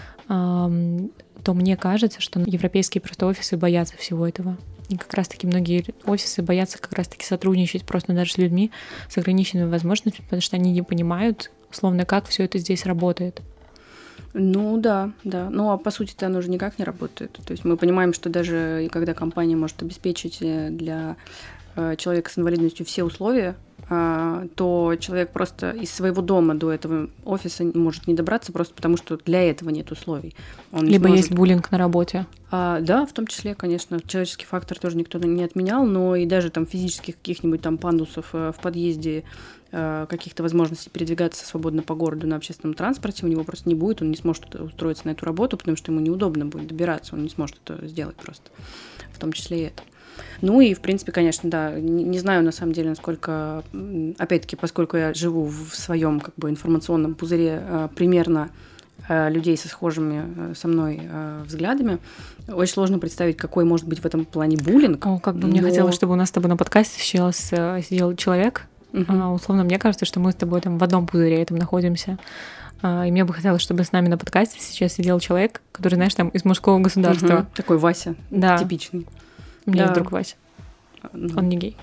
A: то мне кажется, что европейские просто офисы боятся всего этого. И как раз-таки многие офисы боятся как раз-таки сотрудничать просто даже с людьми с ограниченными возможностями, потому что они не понимают, условно, как все это здесь работает.
B: Да. А по сути-то оно же никак не работает. То есть мы понимаем, что даже когда компания может обеспечить для человека с инвалидностью все условия, то человек просто из своего дома до этого офиса может не добраться просто потому, что для этого нет условий.
A: Либо есть буллинг на работе.
B: Да, в том числе, конечно, человеческий фактор тоже никто не отменял, но и даже там физических каких-нибудь там пандусов в подъезде, каких-то возможностей передвигаться свободно по городу на общественном транспорте у него просто не будет, он не сможет устроиться на эту работу, потому что ему неудобно будет добираться, он не сможет это сделать просто, в том числе и это. И, в принципе, конечно, да, не знаю, на самом деле, насколько, опять-таки, поскольку я живу в своем как бы информационном пузыре примерно людей со схожими со мной взглядами, очень сложно представить, какой может быть в этом плане буллинг.
A: Мне хотелось, чтобы у нас с тобой на подкасте сейчас сидел человек. Условно, мне кажется, что мы с тобой там в одном пузыре этом находимся. И мне бы хотелось, чтобы с нами на подкасте сейчас сидел человек, который, знаешь, там из мужского государства.
B: Такой Вася,
A: да.
B: Типичный.
A: У меня есть друг Вася. Он не гей.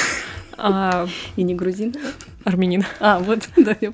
B: И не грузин.
A: Армянин.
B: Вот, да, я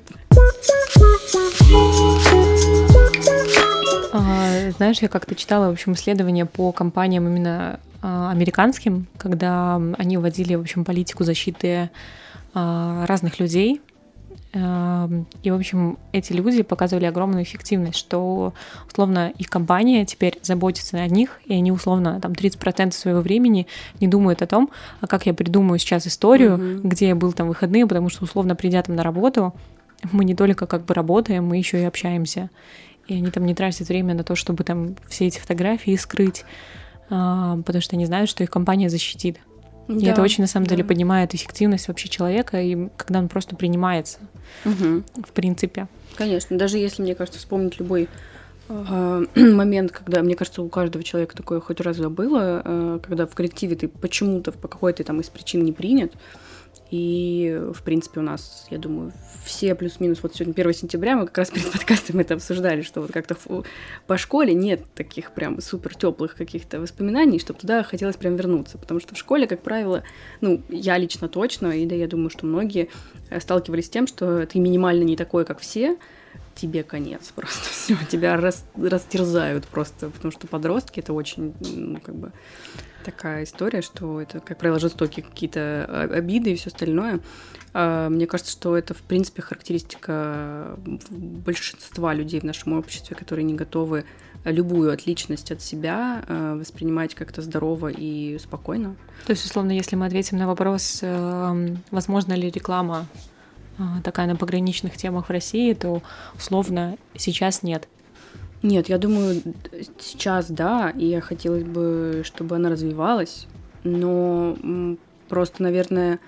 A: Знаешь, я как-то читала, в общем, исследования по компаниям именно американским, когда они вводили, в общем, политику защиты разных людей, И, в общем, эти люди показывали огромную эффективность, что, условно, их компания теперь заботится о них, и они, условно, там 30% своего времени не думают о том, а как я придумаю сейчас историю, где я был там в выходные, потому что, условно, придя там на работу, мы не только как бы работаем, мы еще и общаемся. И они там не тратят время на то, чтобы там все эти фотографии скрыть, потому что они знают, что их компания защитит. И это очень, на самом деле, поднимает эффективность вообще человека, и когда он просто принимается, в принципе.
B: Конечно, даже если, мне кажется, вспомнить любой момент, когда, мне кажется, у каждого человека такое хоть раз было, когда в коллективе ты почему-то по какой-то там из причин не принят. И, в принципе, у нас, я думаю, все плюс-минус, вот сегодня 1 сентября, мы как раз перед подкастом это обсуждали, что вот как-то по школе нет таких прям супер теплых каких-то воспоминаний, чтобы туда хотелось прям вернуться, потому что в школе, как правило, ну, я лично точно, и да, я думаю, что многие сталкивались с тем, что ты минимально не такой, как все, тебе конец просто, все, тебя растерзают просто, потому что подростки — это очень, ну, как бы такая история, что это, как правило, жестокие какие-то обиды и все остальное. Мне кажется, что это, в принципе, характеристика большинства людей в нашем обществе, которые не готовы любую отличность от себя воспринимать как-то здорово и спокойно.
A: То есть, условно, если мы ответим на вопрос, возможно ли реклама такая на пограничных темах в России, то, условно, сейчас нет.
B: Нет, я думаю, сейчас да, и хотелось бы, чтобы она развивалась, но просто, наверное,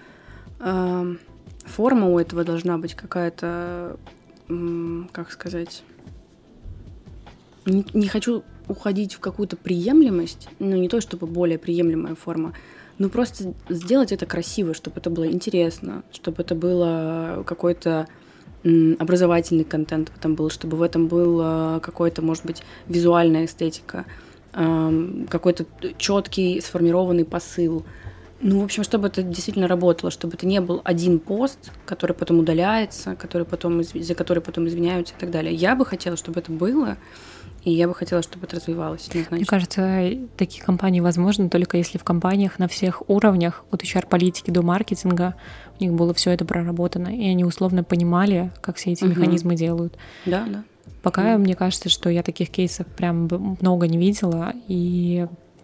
B: форма у этого должна быть какая-то, как сказать, не хочу уходить в какую-то приемлемость, но не то чтобы более приемлемая форма, но просто сделать это красиво, чтобы это было интересно, чтобы это было какой-то образовательный контент в этом был, чтобы в этом был какой-то, может быть, визуальная эстетика, какой-то четкий сформированный посыл. Ну, в общем, чтобы это действительно работало, чтобы это не был один пост, который потом удаляется, за который потом извиняются и так далее. Я бы хотела, чтобы это было, и я бы хотела, чтобы это развивалось.
A: Мне кажется, такие компании возможны только если в компаниях на всех уровнях, от HR-политики до маркетинга, у них было все это проработано, и они условно понимали, как все эти механизмы делают.
B: Да, да.
A: Пока мне кажется, что я таких кейсов прям много не видела, и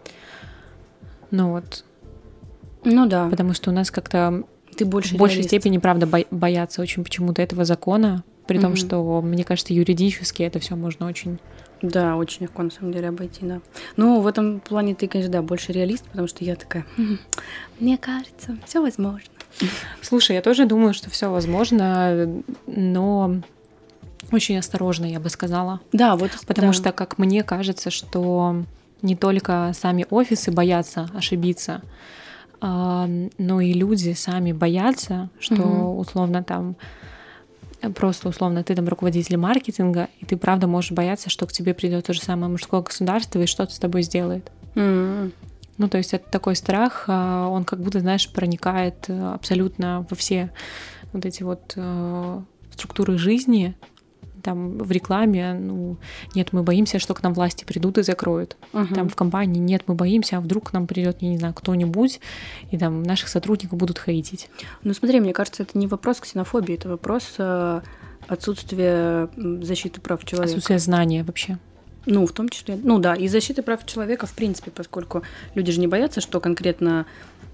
B: ну да.
A: Потому что у нас как-то
B: ты
A: в большей степени, правда, боятся очень почему-то этого закона, при том, что, мне кажется, юридически это все можно очень...
B: Да, очень легко, на самом деле, обойти, да. Ну, в этом плане ты, конечно, да, больше реалист, потому что я такая, мне кажется, все возможно.
A: Слушай, я тоже думаю, что все возможно, но очень осторожно, я бы сказала.
B: Да, вот.
A: Потому что, как мне кажется, что не только сами офисы боятся ошибиться, но и люди сами боятся, что условно там просто условно ты там руководитель маркетинга, и ты правда можешь бояться, что к тебе придет то же самое мужское государство и что-то с тобой сделает. Ну, то есть это такой страх, он как будто, знаешь, проникает абсолютно во все вот эти вот структуры жизни. Там в рекламе, нет, мы боимся, что к нам власти придут и закроют. Там в компании, нет, мы боимся, а вдруг к нам придет, я не знаю, кто-нибудь, и там наших сотрудников будут хейтить.
B: Ну, смотри, мне кажется, это не вопрос ксенофобии, это вопрос отсутствия защиты прав человека.
A: Отсутствие знания вообще.
B: Ну, в том числе, ну да, и защиты прав человека, в принципе, поскольку люди же не боятся, что конкретно...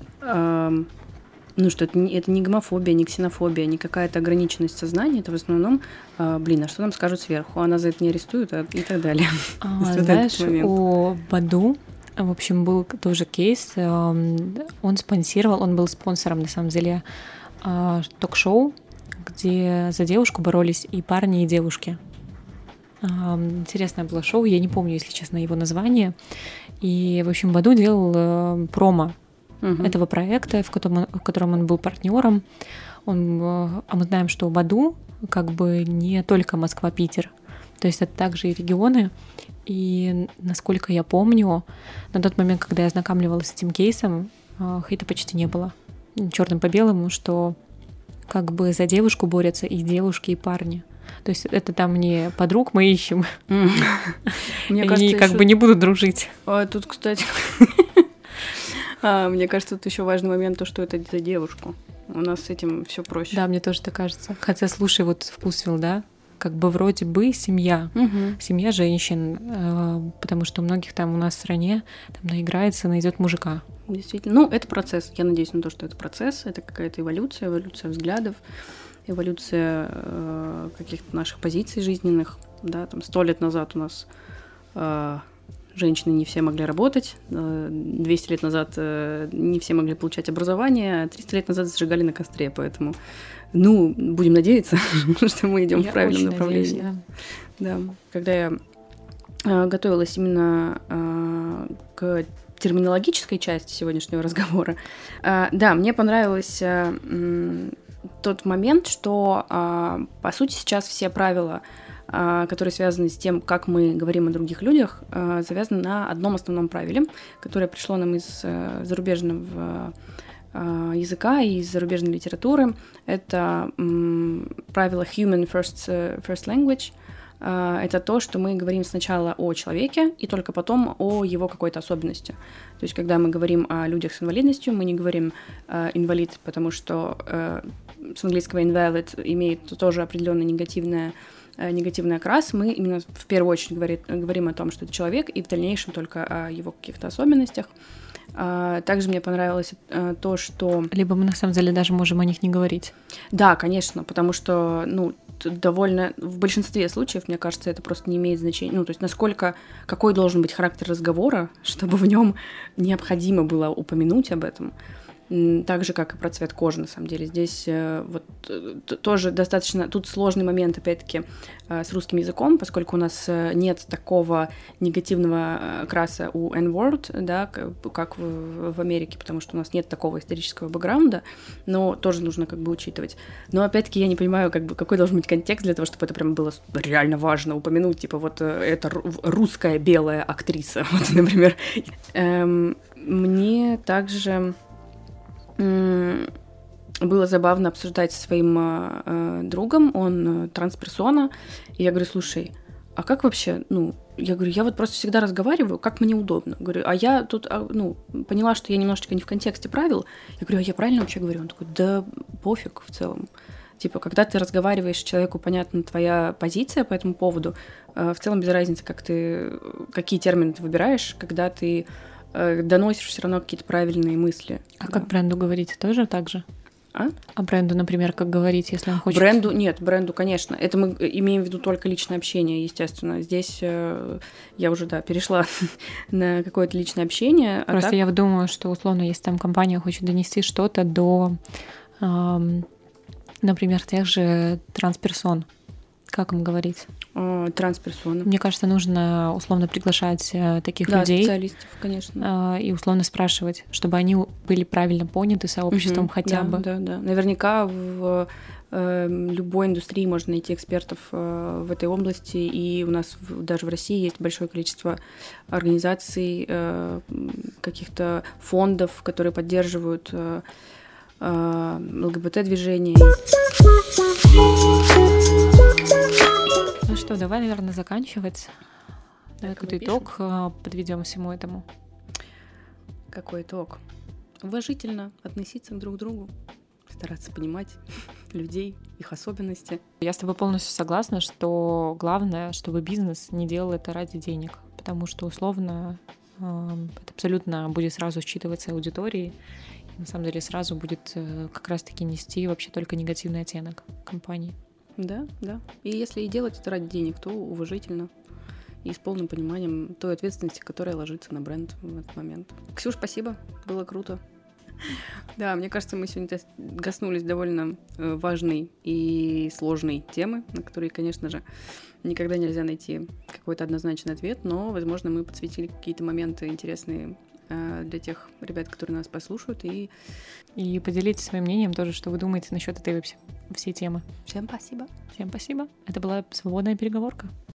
B: что это не гомофобия, не ксенофобия, не какая-то ограниченность сознания, это в основном, а что нам скажут сверху, она за это не арестует и так далее.
A: Знаешь, у Баду, в общем, был тоже кейс, он был спонсором, на самом деле, ток-шоу, где за девушку боролись и парни, и девушки. Интересное было шоу, я не помню, если честно, его название. И, в общем, Баду делал промо этого проекта, в котором он был партнером. А мы знаем, что у Баду как бы не только Москва-Питер, то есть это также и регионы. И, насколько я помню, на тот момент, когда я ознакомливалась с этим кейсом, хейта почти не было. Черным по белому, что как бы за девушку борются и девушки, и парни. То есть это там не подруг мы ищем.
B: Мне кажется,
A: и как бы не будут дружить.
B: Тут, кстати... Мне кажется, тут еще важный момент, то, что это за девушку. У нас с этим все проще.
A: Да, мне тоже так кажется. Хотя, слушай, вот вкусвилл, да? Как бы вроде бы семья, семья женщин, потому что у многих там у нас в стране там наиграется, найдет мужика.
B: Действительно. Ну, это процесс. Я надеюсь на то, что это процесс, это какая-то эволюция взглядов, эволюция каких-то наших позиций жизненных. Да, там 100 лет назад у нас женщины не все могли работать, 200 лет назад не все могли получать образование, 300 лет назад сжигали на костре, поэтому, ну, будем надеяться, что мы идем в правильном направлении.
A: Надеюсь,
B: да. Когда я готовилась именно к терминологической части сегодняшнего разговора, да, мне понравилось тот момент, что, по сути, сейчас все правила, которые связаны с тем, как мы говорим о других людях, завязаны на одном основном правиле, которое пришло нам из зарубежного языка и из зарубежной литературы. Это правило human first language. Это то, что мы говорим сначала о человеке и только потом о его какой-то особенности. То есть, когда мы говорим о людях с инвалидностью, мы не говорим инвалид, потому что с английского invalid имеет тоже определенный негативный окрас, мы именно в первую очередь говорим о том, что это человек, и в дальнейшем только о его каких-то особенностях. Также мне понравилось то, что...
A: Либо мы, на самом деле, даже можем о них не говорить.
B: Да, конечно, потому что, ну, довольно... В большинстве случаев, мне кажется, это просто не имеет значения. Ну, то есть какой должен быть характер разговора, чтобы в нем необходимо было упомянуть об этом. Так же, как и про цвет кожи, на самом деле. Здесь вот тоже достаточно... Тут сложный момент, опять-таки, с русским языком, поскольку у нас нет такого негативного окраса у N-word, да, как в Америке, потому что у нас нет такого исторического бэкграунда, но тоже нужно как бы учитывать. Но, опять-таки, я не понимаю, как бы, какой должен быть контекст для того, чтобы это прям было реально важно упомянуть. Типа вот это русская белая актриса, вот, например. Мне также... было забавно обсуждать со своим другом, он трансперсона, и я говорю, слушай, а как вообще, ну, я говорю, я вот просто всегда разговариваю, как мне удобно, говорю, а я тут, ну, поняла, что я немножечко не в контексте правил, я говорю, а я правильно вообще говорю? Он такой, да пофиг в целом. Типа, когда ты разговариваешь, человеку понятна твоя позиция по этому поводу, в целом без разницы, какие термины ты выбираешь, когда ты доносишь все равно какие-то правильные мысли.
A: А как бренду говорить тоже так же? А бренду, например, как говорить, если он хочет?
B: Бренду, конечно. Это мы имеем в виду только личное общение, естественно. Здесь я уже, да, перешла на какое-то личное общение.
A: Просто я думаю, что, условно, если там компания хочет донести что-то до, например, тех же трансперсон, как им говорить?
B: Трансперсоны.
A: Мне кажется, нужно условно приглашать таких людей.
B: Да, специалистов, конечно.
A: И условно спрашивать, чтобы они были правильно поняты сообществом хотя бы.
B: Да. Наверняка в любой индустрии можно найти экспертов в этой области, и у нас даже в России есть большое количество организаций, каких-то фондов, которые поддерживают ЛГБТ-движение.
A: Ну что, давай, наверное, заканчивать. Давай какой-то итог подведем всему этому.
B: Какой итог? Уважительно относиться друг к другу, стараться понимать людей, их особенности.
A: Я с тобой полностью согласна, что главное, чтобы бизнес не делал это ради денег, потому что условно это абсолютно будет сразу считываться аудиторией, и на самом деле сразу будет как раз-таки нести вообще только негативный оттенок компании.
B: Да. И если и делать это ради денег, то уважительно и с полным пониманием той ответственности, которая ложится на бренд в этот момент. Ксюш, спасибо, было круто. Да, мне кажется, мы сегодня коснулись довольно важной и сложной темы, на которые, конечно же, никогда нельзя найти какой-то однозначный ответ, но, возможно, мы подсветили какие-то моменты интересные для тех ребят, которые нас послушают. И
A: поделитесь своим мнением тоже, что вы думаете насчет этой всей темы.
B: Всем спасибо.
A: Всем спасибо. Это была свободная переговорка.